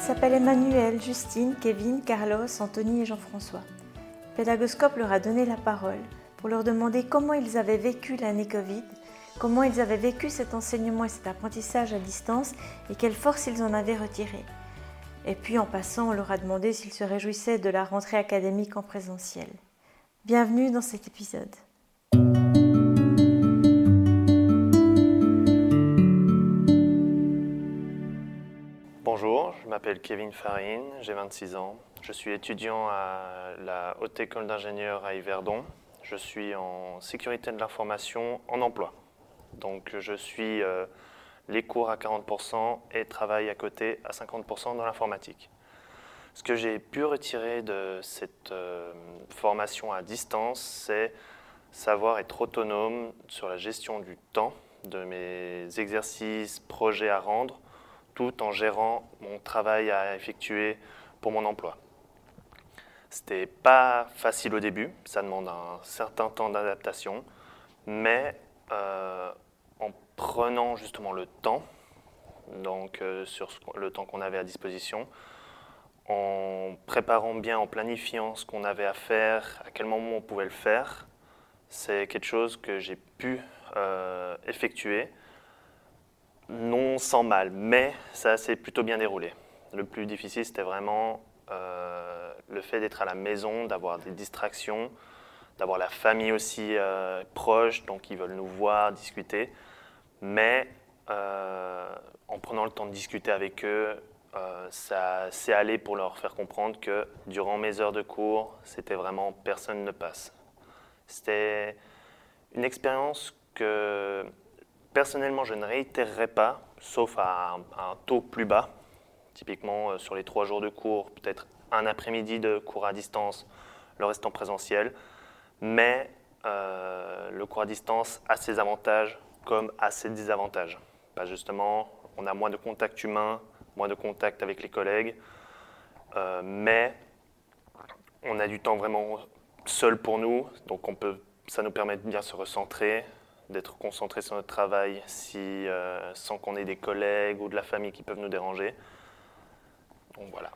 s'appellent Emmanuel, Justine, Kevin, Carlos, Anthony et Jean-François. Pédagoscope leur a donné la parole pour leur demander comment ils avaient vécu l'année Covid, comment ils avaient vécu cet enseignement et cet apprentissage à distance et quelle force ils en avaient retiré. Et puis en passant, on leur a demandé s'ils se réjouissaient de la rentrée académique en présentiel. Bienvenue dans cet épisode. Bonjour, je m'appelle Kevin Farine, j'ai 26 ans. Je suis étudiant à la Haute École d'ingénieurs à Yverdon. Je suis en sécurité de l'information en emploi. Donc je suis les cours à 40% et travaille à côté à 50% dans l'informatique. Ce que j'ai pu retirer de cette formation à distance, c'est savoir être autonome sur la gestion du temps, de mes exercices, projets à rendre, tout en gérant mon travail à effectuer pour mon emploi. C'était pas facile au début, ça demande un certain temps d'adaptation, mais en prenant justement le temps, donc sur le temps qu'on avait à disposition, en préparant bien, en planifiant ce qu'on avait à faire, à quel moment on pouvait le faire, c'est quelque chose que j'ai pu effectuer. Non sans mal, mais ça s'est plutôt bien déroulé. Le plus difficile, c'était vraiment le fait d'être à la maison, d'avoir des distractions, d'avoir la famille aussi proche, donc ils veulent nous voir, discuter. Mais en prenant le temps de discuter avec eux, ça s'est allé pour leur faire comprendre que durant mes heures de cours, c'était vraiment personne ne passe. C'était une expérience que personnellement, je ne réitérerai pas, sauf à un taux plus bas. Typiquement, sur les 3 jours de cours, peut-être un après-midi de cours à distance, le reste en présentiel. Mais le cours à distance a ses avantages comme a ses désavantages. Justement, on a moins de contact humain, moins de contact avec les collègues, mais on a du temps vraiment seul pour nous, donc ça nous permet de bien se recentrer, d'être concentré sur notre travail sans qu'on ait des collègues ou de la famille qui peuvent nous déranger. Donc voilà.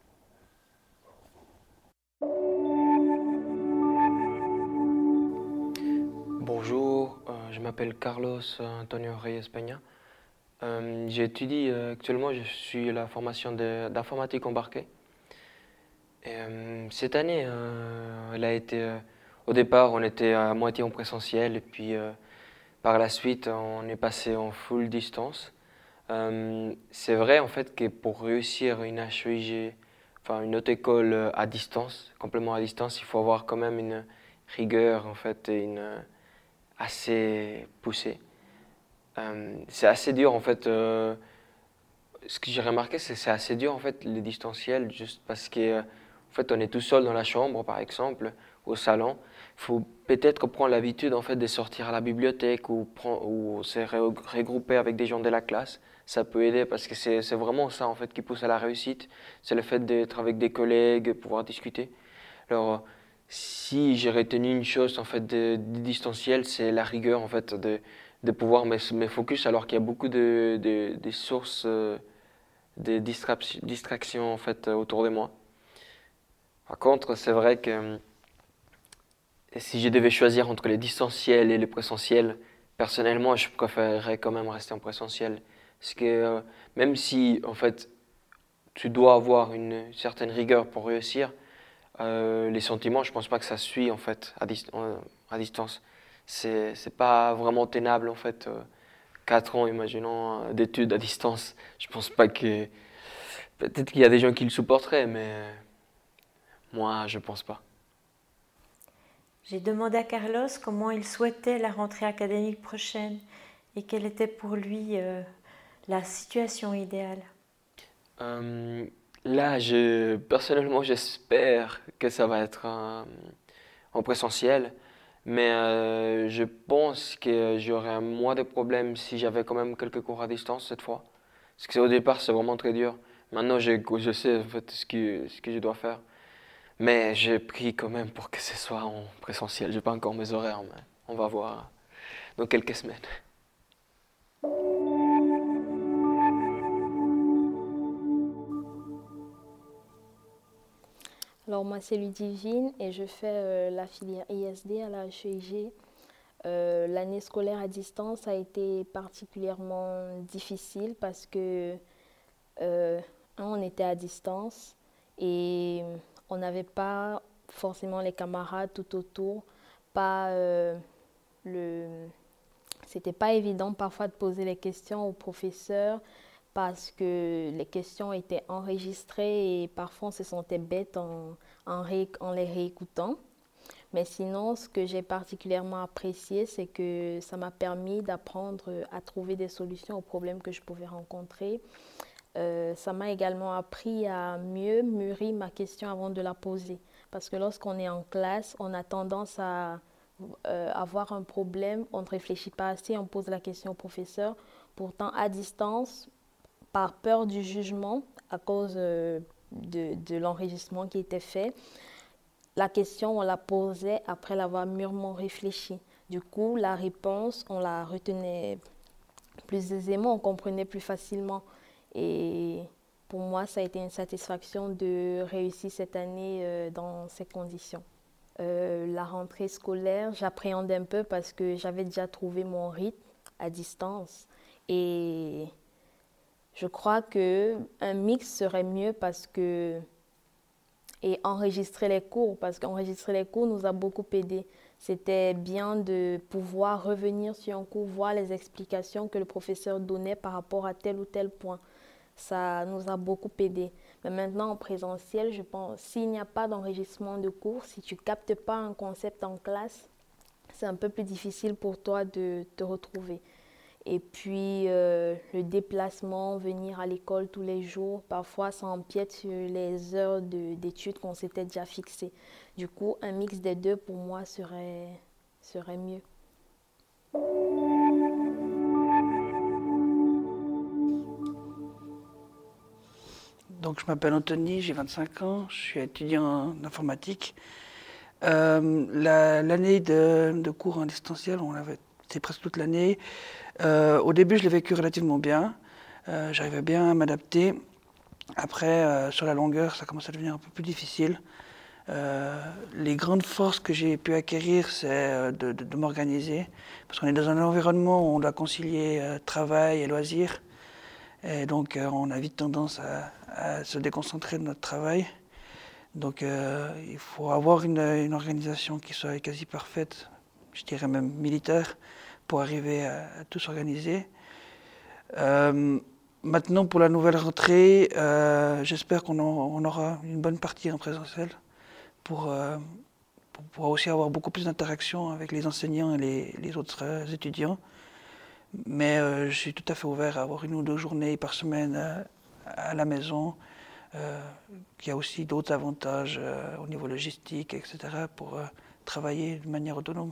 Bonjour, je m'appelle Carlos Antonio Reyes Peña. J'étudie actuellement, je suis à la formation d'informatique embarquée. Et, cette année, elle a été, au départ, on était à moitié en présentiel et puis par la suite, on est passé en full distance. C'est vrai en fait que pour réussir une HEIG, enfin une haute école à distance, complètement à distance, il faut avoir quand même une rigueur en fait et assez poussée. C'est assez dur en fait. Ce que j'ai remarqué, c'est que c'est assez dur en fait les distanciels, juste parce que en fait on est tout seul dans la chambre par exemple, au salon. Il faut peut-être prendre l'habitude en fait de sortir à la bibliothèque ou se regrouper avec des gens de la classe. Ça peut aider parce que c'est vraiment ça en fait qui pousse à la réussite. C'est le fait d'être avec des collègues, pouvoir discuter. Alors si j'ai retenu une chose en fait de distanciel, c'est la rigueur en fait de pouvoir me focus alors qu'il y a beaucoup de sources de distractions en fait autour de moi. Par contre, c'est vrai que si je devais choisir entre les distanciels et les présentiels, personnellement, je préférerais quand même rester en présentiel. Parce que même si, en fait, tu dois avoir une certaine rigueur pour réussir, les sentiments, je pense pas que ça suit, en fait, à distance. C'est pas vraiment tenable, en fait. 4 ans, imaginons, d'études à distance. Je pense pas que... Peut-être qu'il y a des gens qui le supporteraient, mais moi, je pense pas. J'ai demandé à Carlos comment il souhaitait la rentrée académique prochaine et quelle était pour lui la situation idéale. Là, personnellement, j'espère que ça va être en présentiel, mais je pense que j'aurais moins de problèmes si j'avais quand même quelques cours à distance cette fois. Parce que au départ, c'est vraiment très dur. Maintenant, je sais en fait ce que je dois faire. Mais j'ai pris quand même pour que ce soit en présentiel. J'ai pas encore mes horaires, mais on va voir dans quelques semaines. Alors moi c'est Ludivine et je fais la filière ISD à la HEIG. L'année scolaire à distance a été particulièrement difficile parce que on était à distance et on n'avait pas forcément les camarades tout autour, pas c'était pas évident parfois de poser les questions aux professeurs parce que les questions étaient enregistrées et parfois on se sentait bête en les réécoutant. Mais sinon, ce que j'ai particulièrement apprécié, c'est que ça m'a permis d'apprendre à trouver des solutions aux problèmes que je pouvais rencontrer. Ça m'a également appris à mieux mûrir ma question avant de la poser. Parce que lorsqu'on est en classe, on a tendance à avoir un problème, on ne réfléchit pas assez, on pose la question au professeur. Pourtant, à distance, par peur du jugement, à cause de l'enregistrement qui était fait, la question, on la posait après l'avoir mûrement réfléchi. Du coup, la réponse, on la retenait plus aisément, on comprenait plus facilement. Et pour moi, ça a été une satisfaction de réussir cette année dans ces conditions. La rentrée scolaire, j'appréhende un peu parce que j'avais déjà trouvé mon rythme à distance. Et je crois qu'un mix serait mieux parce que... Et enregistrer les cours, parce qu'enregistrer les cours nous a beaucoup aidé. C'était bien de pouvoir revenir sur un cours, voir les explications que le professeur donnait par rapport à tel ou tel point. Ça nous a beaucoup aidé. Mais maintenant, en présentiel, je pense, s'il n'y a pas d'enregistrement de cours, si tu ne captes pas un concept en classe, c'est un peu plus difficile pour toi de te retrouver. Et puis, le déplacement, venir à l'école tous les jours, parfois ça empiète sur les heures d'études qu'on s'était déjà fixées. Du coup, un mix des deux, pour moi, serait mieux. Donc, je m'appelle Anthony, j'ai 25 ans, je suis étudiant en informatique. L'année de cours en distanciel, c'était presque toute l'année. Au début, je l'ai vécu relativement bien. J'arrivais bien à m'adapter. Après, sur la longueur, ça commence à devenir un peu plus difficile. Les grandes forces que j'ai pu acquérir, c'est de m'organiser. Parce qu'on est dans un environnement où on doit concilier travail et loisirs. Et donc, on a vite tendance à se déconcentrer de notre travail. Donc, il faut avoir une organisation qui soit quasi parfaite, je dirais même militaire, pour arriver à tout s'organiser. Maintenant, pour la nouvelle rentrée, j'espère qu'on aura une bonne partie en présentiel pour pouvoir aussi avoir beaucoup plus d'interaction avec les enseignants et les autres étudiants. Mais je suis tout à fait ouvert à avoir 1 ou 2 journées par semaine à la maison. Il y a aussi d'autres avantages au niveau logistique, etc., pour travailler de manière autonome.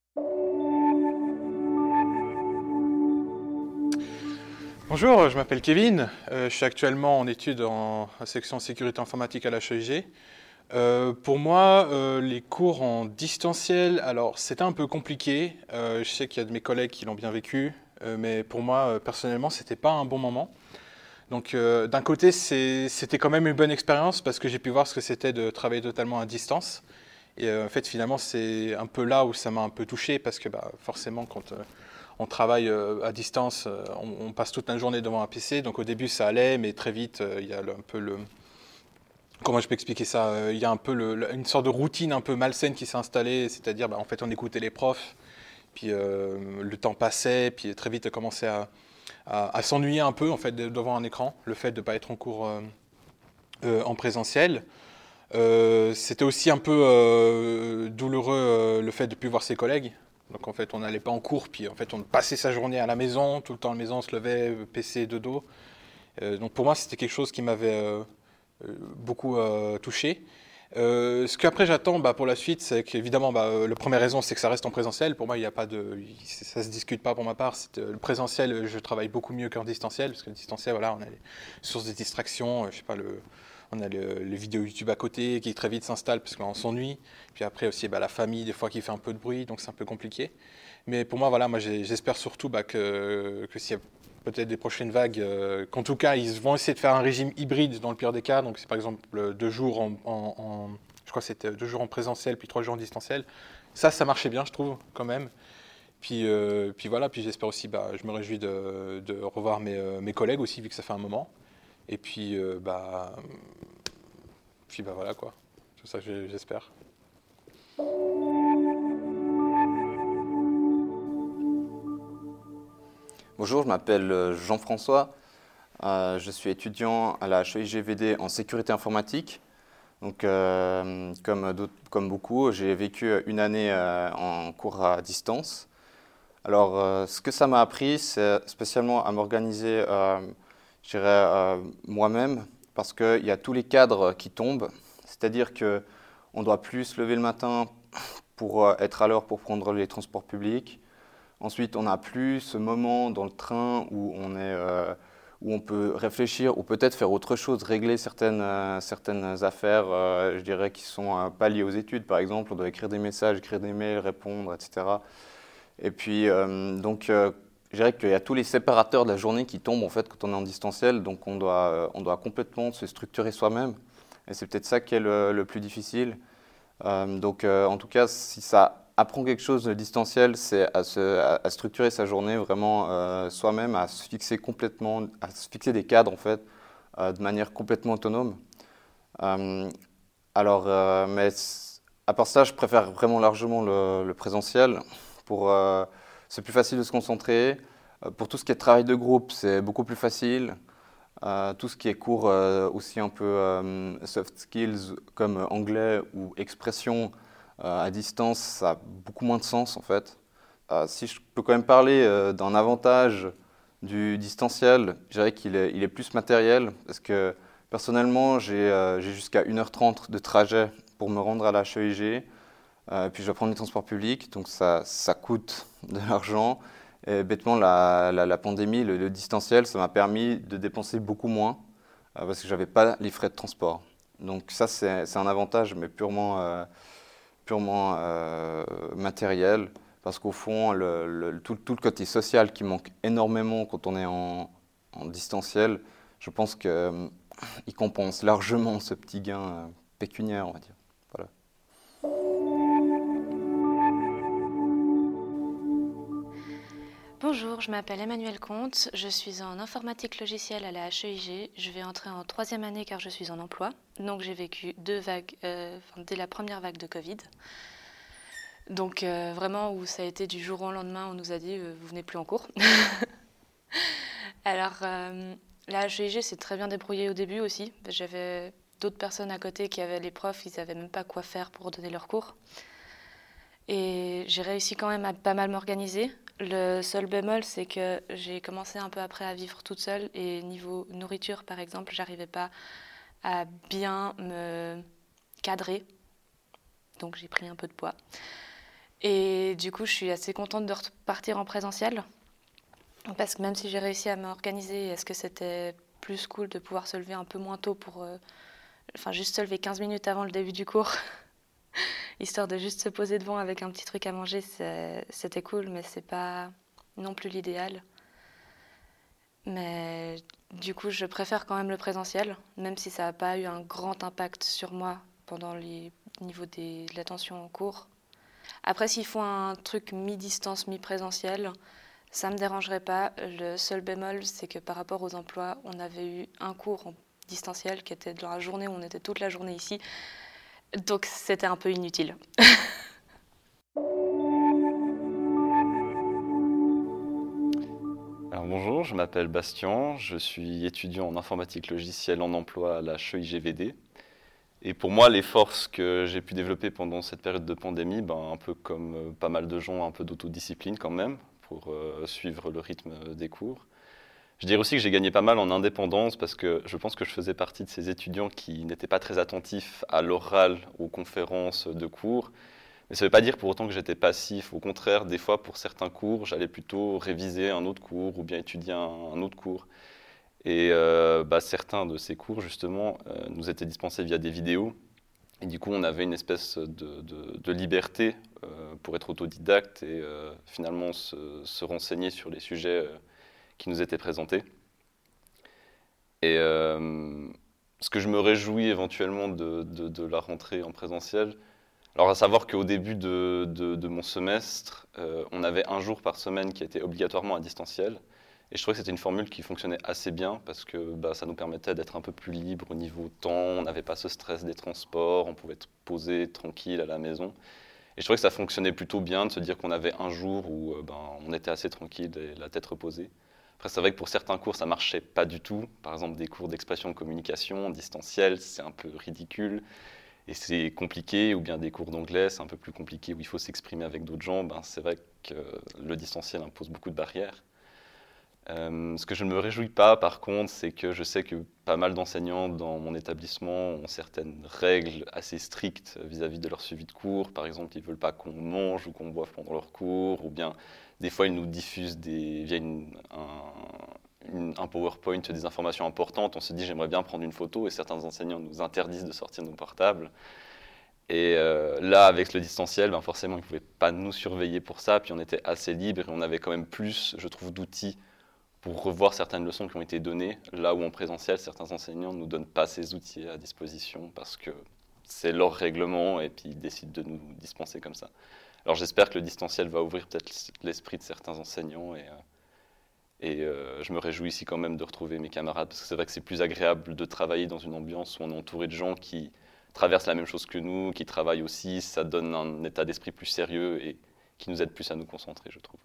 Bonjour, je m'appelle Kevin. Je suis actuellement en études en section sécurité informatique à la HEIG. Pour moi, les cours en distanciel, alors c'était un peu compliqué. Je sais qu'il y a de mes collègues qui l'ont bien vécu, mais pour moi, personnellement, c'était pas un bon moment. Donc d'un côté, c'était quand même une bonne expérience parce que j'ai pu voir ce que c'était de travailler totalement à distance. Et en fait, finalement, c'est un peu là où ça m'a un peu touché parce que forcément, quand on travaille à distance, on passe toute la journée devant un PC. Donc au début, ça allait, mais très vite, il y a un peu le... Comment je peux expliquer ça? Il y a un peu une sorte de routine un peu malsaine qui s'est installée, c'est-à-dire en fait on écoutait les profs, puis le temps passait, puis très vite on commençait à s'ennuyer un peu en fait devant un écran, le fait de ne pas être en cours en présentiel. C'était aussi un peu douloureux le fait de ne plus voir ses collègues. Donc en fait on n'allait pas en cours, puis en fait on passait sa journée à la maison, tout le temps à la maison, on se levait, PC de dos. Donc pour moi c'était quelque chose qui m'avait beaucoup touché. Ce qu'après j'attends pour la suite, c'est qu'évidemment, la première raison, c'est que ça reste en présentiel. Pour moi, il n'y a pas ça ne se discute pas pour ma part. Le présentiel, je travaille beaucoup mieux qu'en distanciel, parce que le distanciel, voilà, on a les sources de distraction, je sais pas, on a les vidéos YouTube à côté qui très vite s'installent parce qu'on s'ennuie. Puis après aussi, la famille, des fois, qui fait un peu de bruit, donc c'est un peu compliqué. Mais pour moi, voilà, j'espère surtout que s'il y a peut-être des prochaines vagues, qu'en tout cas, ils vont essayer de faire un régime hybride dans le pire des cas. Donc c'est par exemple 2 jours crois que c'était 2 jours en présentiel, puis 3 jours en distanciel. Ça marchait bien, je trouve, quand même. Puis voilà, puis j'espère aussi, je me réjouis de revoir mes collègues aussi, vu que ça fait un moment. Et puis voilà quoi, c'est ça que j'espère. Bonjour, je m'appelle Jean-François. Je suis étudiant à la HEIGVD en sécurité informatique. Donc, comme beaucoup, j'ai vécu une année en cours à distance. Alors, ce que ça m'a appris, c'est spécialement à m'organiser, je dirais, moi-même, parce qu'il y a tous les cadres qui tombent. C'est-à-dire qu'on ne doit plus se lever le matin pour être à l'heure pour prendre les transports publics. Ensuite, on n'a plus ce moment dans le train où on peut réfléchir ou peut-être faire autre chose, régler certaines affaires, je dirais, qui ne sont pas liées aux études. Par exemple, on doit écrire des messages, écrire des mails, répondre, etc. Et puis, je dirais qu'il y a tous les séparateurs de la journée qui tombent en fait quand on est en distanciel. Donc, on doit complètement se structurer soi-même. Et c'est peut-être ça qui est le plus difficile. En tout cas, si ça apprend quelque chose de distanciel, c'est à structurer sa journée vraiment soi-même, à se fixer des cadres en fait, de manière complètement autonome. Mais à part ça, je préfère vraiment largement le présentiel. C'est plus facile de se concentrer. Pour tout ce qui est travail de groupe, c'est beaucoup plus facile. Tout ce qui est cours aussi un peu soft skills comme anglais ou expression à distance, ça a beaucoup moins de sens en fait. Si je peux quand même parler d'un avantage du distanciel, je dirais qu'il est plus matériel parce que personnellement j'ai jusqu'à 1h30 de trajet pour me rendre à la HEIG, puis je dois prendre les transports publics, donc ça coûte de l'argent. Et bêtement, la pandémie, le distanciel, ça m'a permis de dépenser beaucoup moins parce que je n'avais pas les frais de transport. Donc ça, c'est un avantage, mais purement matériel, parce qu'au fond, tout le côté social qui manque énormément quand on est en distanciel, je pense qu'il compense largement ce petit gain pécuniaire, on va dire. Voilà. Bonjour, je m'appelle Emmanuelle Comte, je suis en informatique logicielle à la HEIG. Je vais entrer en 3e année car je suis en emploi. Donc j'ai vécu 2 vagues, dès la première vague de Covid. Donc vraiment où ça a été du jour au lendemain, on nous a dit vous venez plus en cours. Alors la HEIG s'est très bien débrouillée au début aussi. J'avais d'autres personnes à côté qui avaient les profs, ils ne savaient même pas quoi faire pour donner leurs cours. Et j'ai réussi quand même à pas mal m'organiser. Le seul bémol, c'est que j'ai commencé un peu après à vivre toute seule et niveau nourriture, par exemple, j'arrivais pas à bien me cadrer. Donc j'ai pris un peu de poids. Et du coup, je suis assez contente de repartir en présentiel. Parce que même si j'ai réussi à m'organiser, est-ce que c'était plus cool de pouvoir se lever un peu moins tôt pour... juste se lever 15 minutes avant le début du cours histoire de juste se poser devant avec un petit truc à manger, c'était cool, mais c'est pas non plus l'idéal. Mais du coup, je préfère quand même le présentiel, même si ça n'a pas eu un grand impact sur moi pendant les niveaux de l'attention en cours. Après, s'ils font un truc mi-distance, mi-présentiel, ça ne me dérangerait pas. Le seul bémol, c'est que par rapport aux emplois, on avait eu un cours en distanciel qui était dans la journée où on était toute la journée ici. Donc c'était un peu inutile. Alors bonjour, je m'appelle Bastien, je suis étudiant en informatique logicielle en emploi à la HEIGVD. Et pour moi, les forces que j'ai pu développer pendant cette période de pandémie, un peu comme pas mal de gens, un peu d'autodiscipline quand même, pour suivre le rythme des cours. Je dirais aussi que j'ai gagné pas mal en indépendance parce que je pense que je faisais partie de ces étudiants qui n'étaient pas très attentifs à l'oral, aux conférences de cours. Mais ça ne veut pas dire pour autant que j'étais passif. Au contraire, des fois, pour certains cours, j'allais plutôt réviser un autre cours ou bien étudier un autre cours. Et certains de ces cours, justement, nous étaient dispensés via des vidéos. Et du coup, on avait une espèce de liberté pour être autodidacte et finalement se renseigner sur les sujets qui nous étaient présentés. Et ce que je me réjouis éventuellement de la rentrée en présentiel, alors à savoir qu'au début de mon semestre, on avait un jour par semaine qui était obligatoirement à distanciel. Et je trouvais que c'était une formule qui fonctionnait assez bien parce que ça nous permettait d'être un peu plus libre au niveau temps, on n'avait pas ce stress des transports, on pouvait être posé tranquille à la maison. Et je trouvais que ça fonctionnait plutôt bien de se dire qu'on avait un jour où on était assez tranquille et la tête reposée. Après, c'est vrai que pour certains cours, ça marchait pas du tout. Par exemple, des cours d'expression et communication en distanciel, c'est un peu ridicule et c'est compliqué. Ou bien des cours d'anglais, c'est un peu plus compliqué où il faut s'exprimer avec d'autres gens. C'est vrai que le distanciel impose beaucoup de barrières. Ce que je ne me réjouis pas, par contre, c'est que je sais que pas mal d'enseignants dans mon établissement ont certaines règles assez strictes vis-à-vis de leur suivi de cours. Par exemple, ils ne veulent pas qu'on mange ou qu'on boive pendant leur cours, ou bien des fois ils nous diffusent via un PowerPoint des informations importantes. On se dit j'aimerais bien prendre une photo et certains enseignants nous interdisent de sortir nos portables. Et là, avec le distanciel, forcément, ils ne pouvaient pas nous surveiller pour ça, puis on était assez libre et on avait quand même plus, je trouve, d'outils pour revoir certaines leçons qui ont été données, là où en présentiel, certains enseignants ne nous donnent pas ces outils à disposition parce que c'est leur règlement et puis ils décident de nous dispenser comme ça. Alors j'espère que le distanciel va ouvrir peut-être l'esprit de certains enseignants et je me réjouis ici quand même de retrouver mes camarades parce que c'est vrai que c'est plus agréable de travailler dans une ambiance où on est entouré de gens qui traversent la même chose que nous, qui travaillent aussi, ça donne un état d'esprit plus sérieux et qui nous aide plus à nous concentrer, je trouve.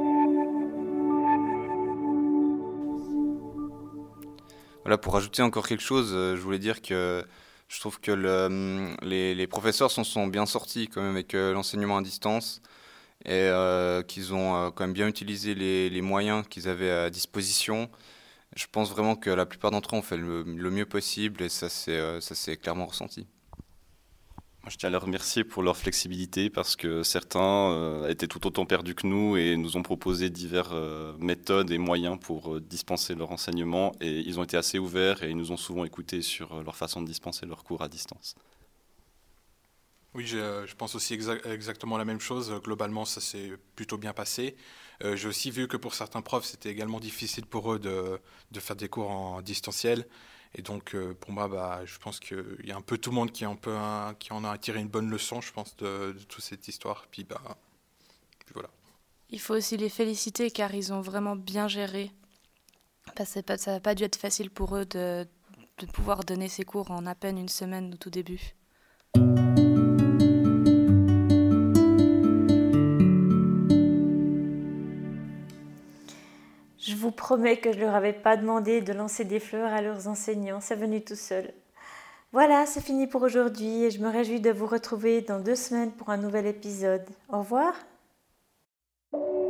Voilà, pour rajouter encore quelque chose, je voulais dire que je trouve que les professeurs s'en sont bien sortis quand même avec l'enseignement à distance et qu'ils ont quand même bien utilisé les moyens qu'ils avaient à disposition. Je pense vraiment que la plupart d'entre eux ont fait le mieux possible et ça s'est clairement ressenti. Moi, je tiens à les remercier pour leur flexibilité parce que certains étaient tout autant perdus que nous et nous ont proposé diverses méthodes et moyens pour dispenser leur enseignement et ils ont été assez ouverts et ils nous ont souvent écoutés sur leur façon de dispenser leurs cours à distance. Oui, je pense aussi exactement la même chose. Globalement, ça s'est plutôt bien passé. J'ai aussi vu que pour certains profs, c'était également difficile pour eux de faire des cours en distanciel. Et donc, pour moi, je pense qu'il y a un peu tout le monde qui en a tiré une bonne leçon, je pense, de toute cette histoire. Puis voilà. Il faut aussi les féliciter car ils ont vraiment bien géré. Ça n'a pas dû être facile pour eux de pouvoir donner ces cours en à peine une semaine au tout début. Je vous promets que je ne leur avais pas demandé de lancer des fleurs à leurs enseignants, c'est venu tout seul. Voilà, c'est fini pour aujourd'hui et je me réjouis de vous retrouver dans 2 semaines pour un nouvel épisode. Au revoir.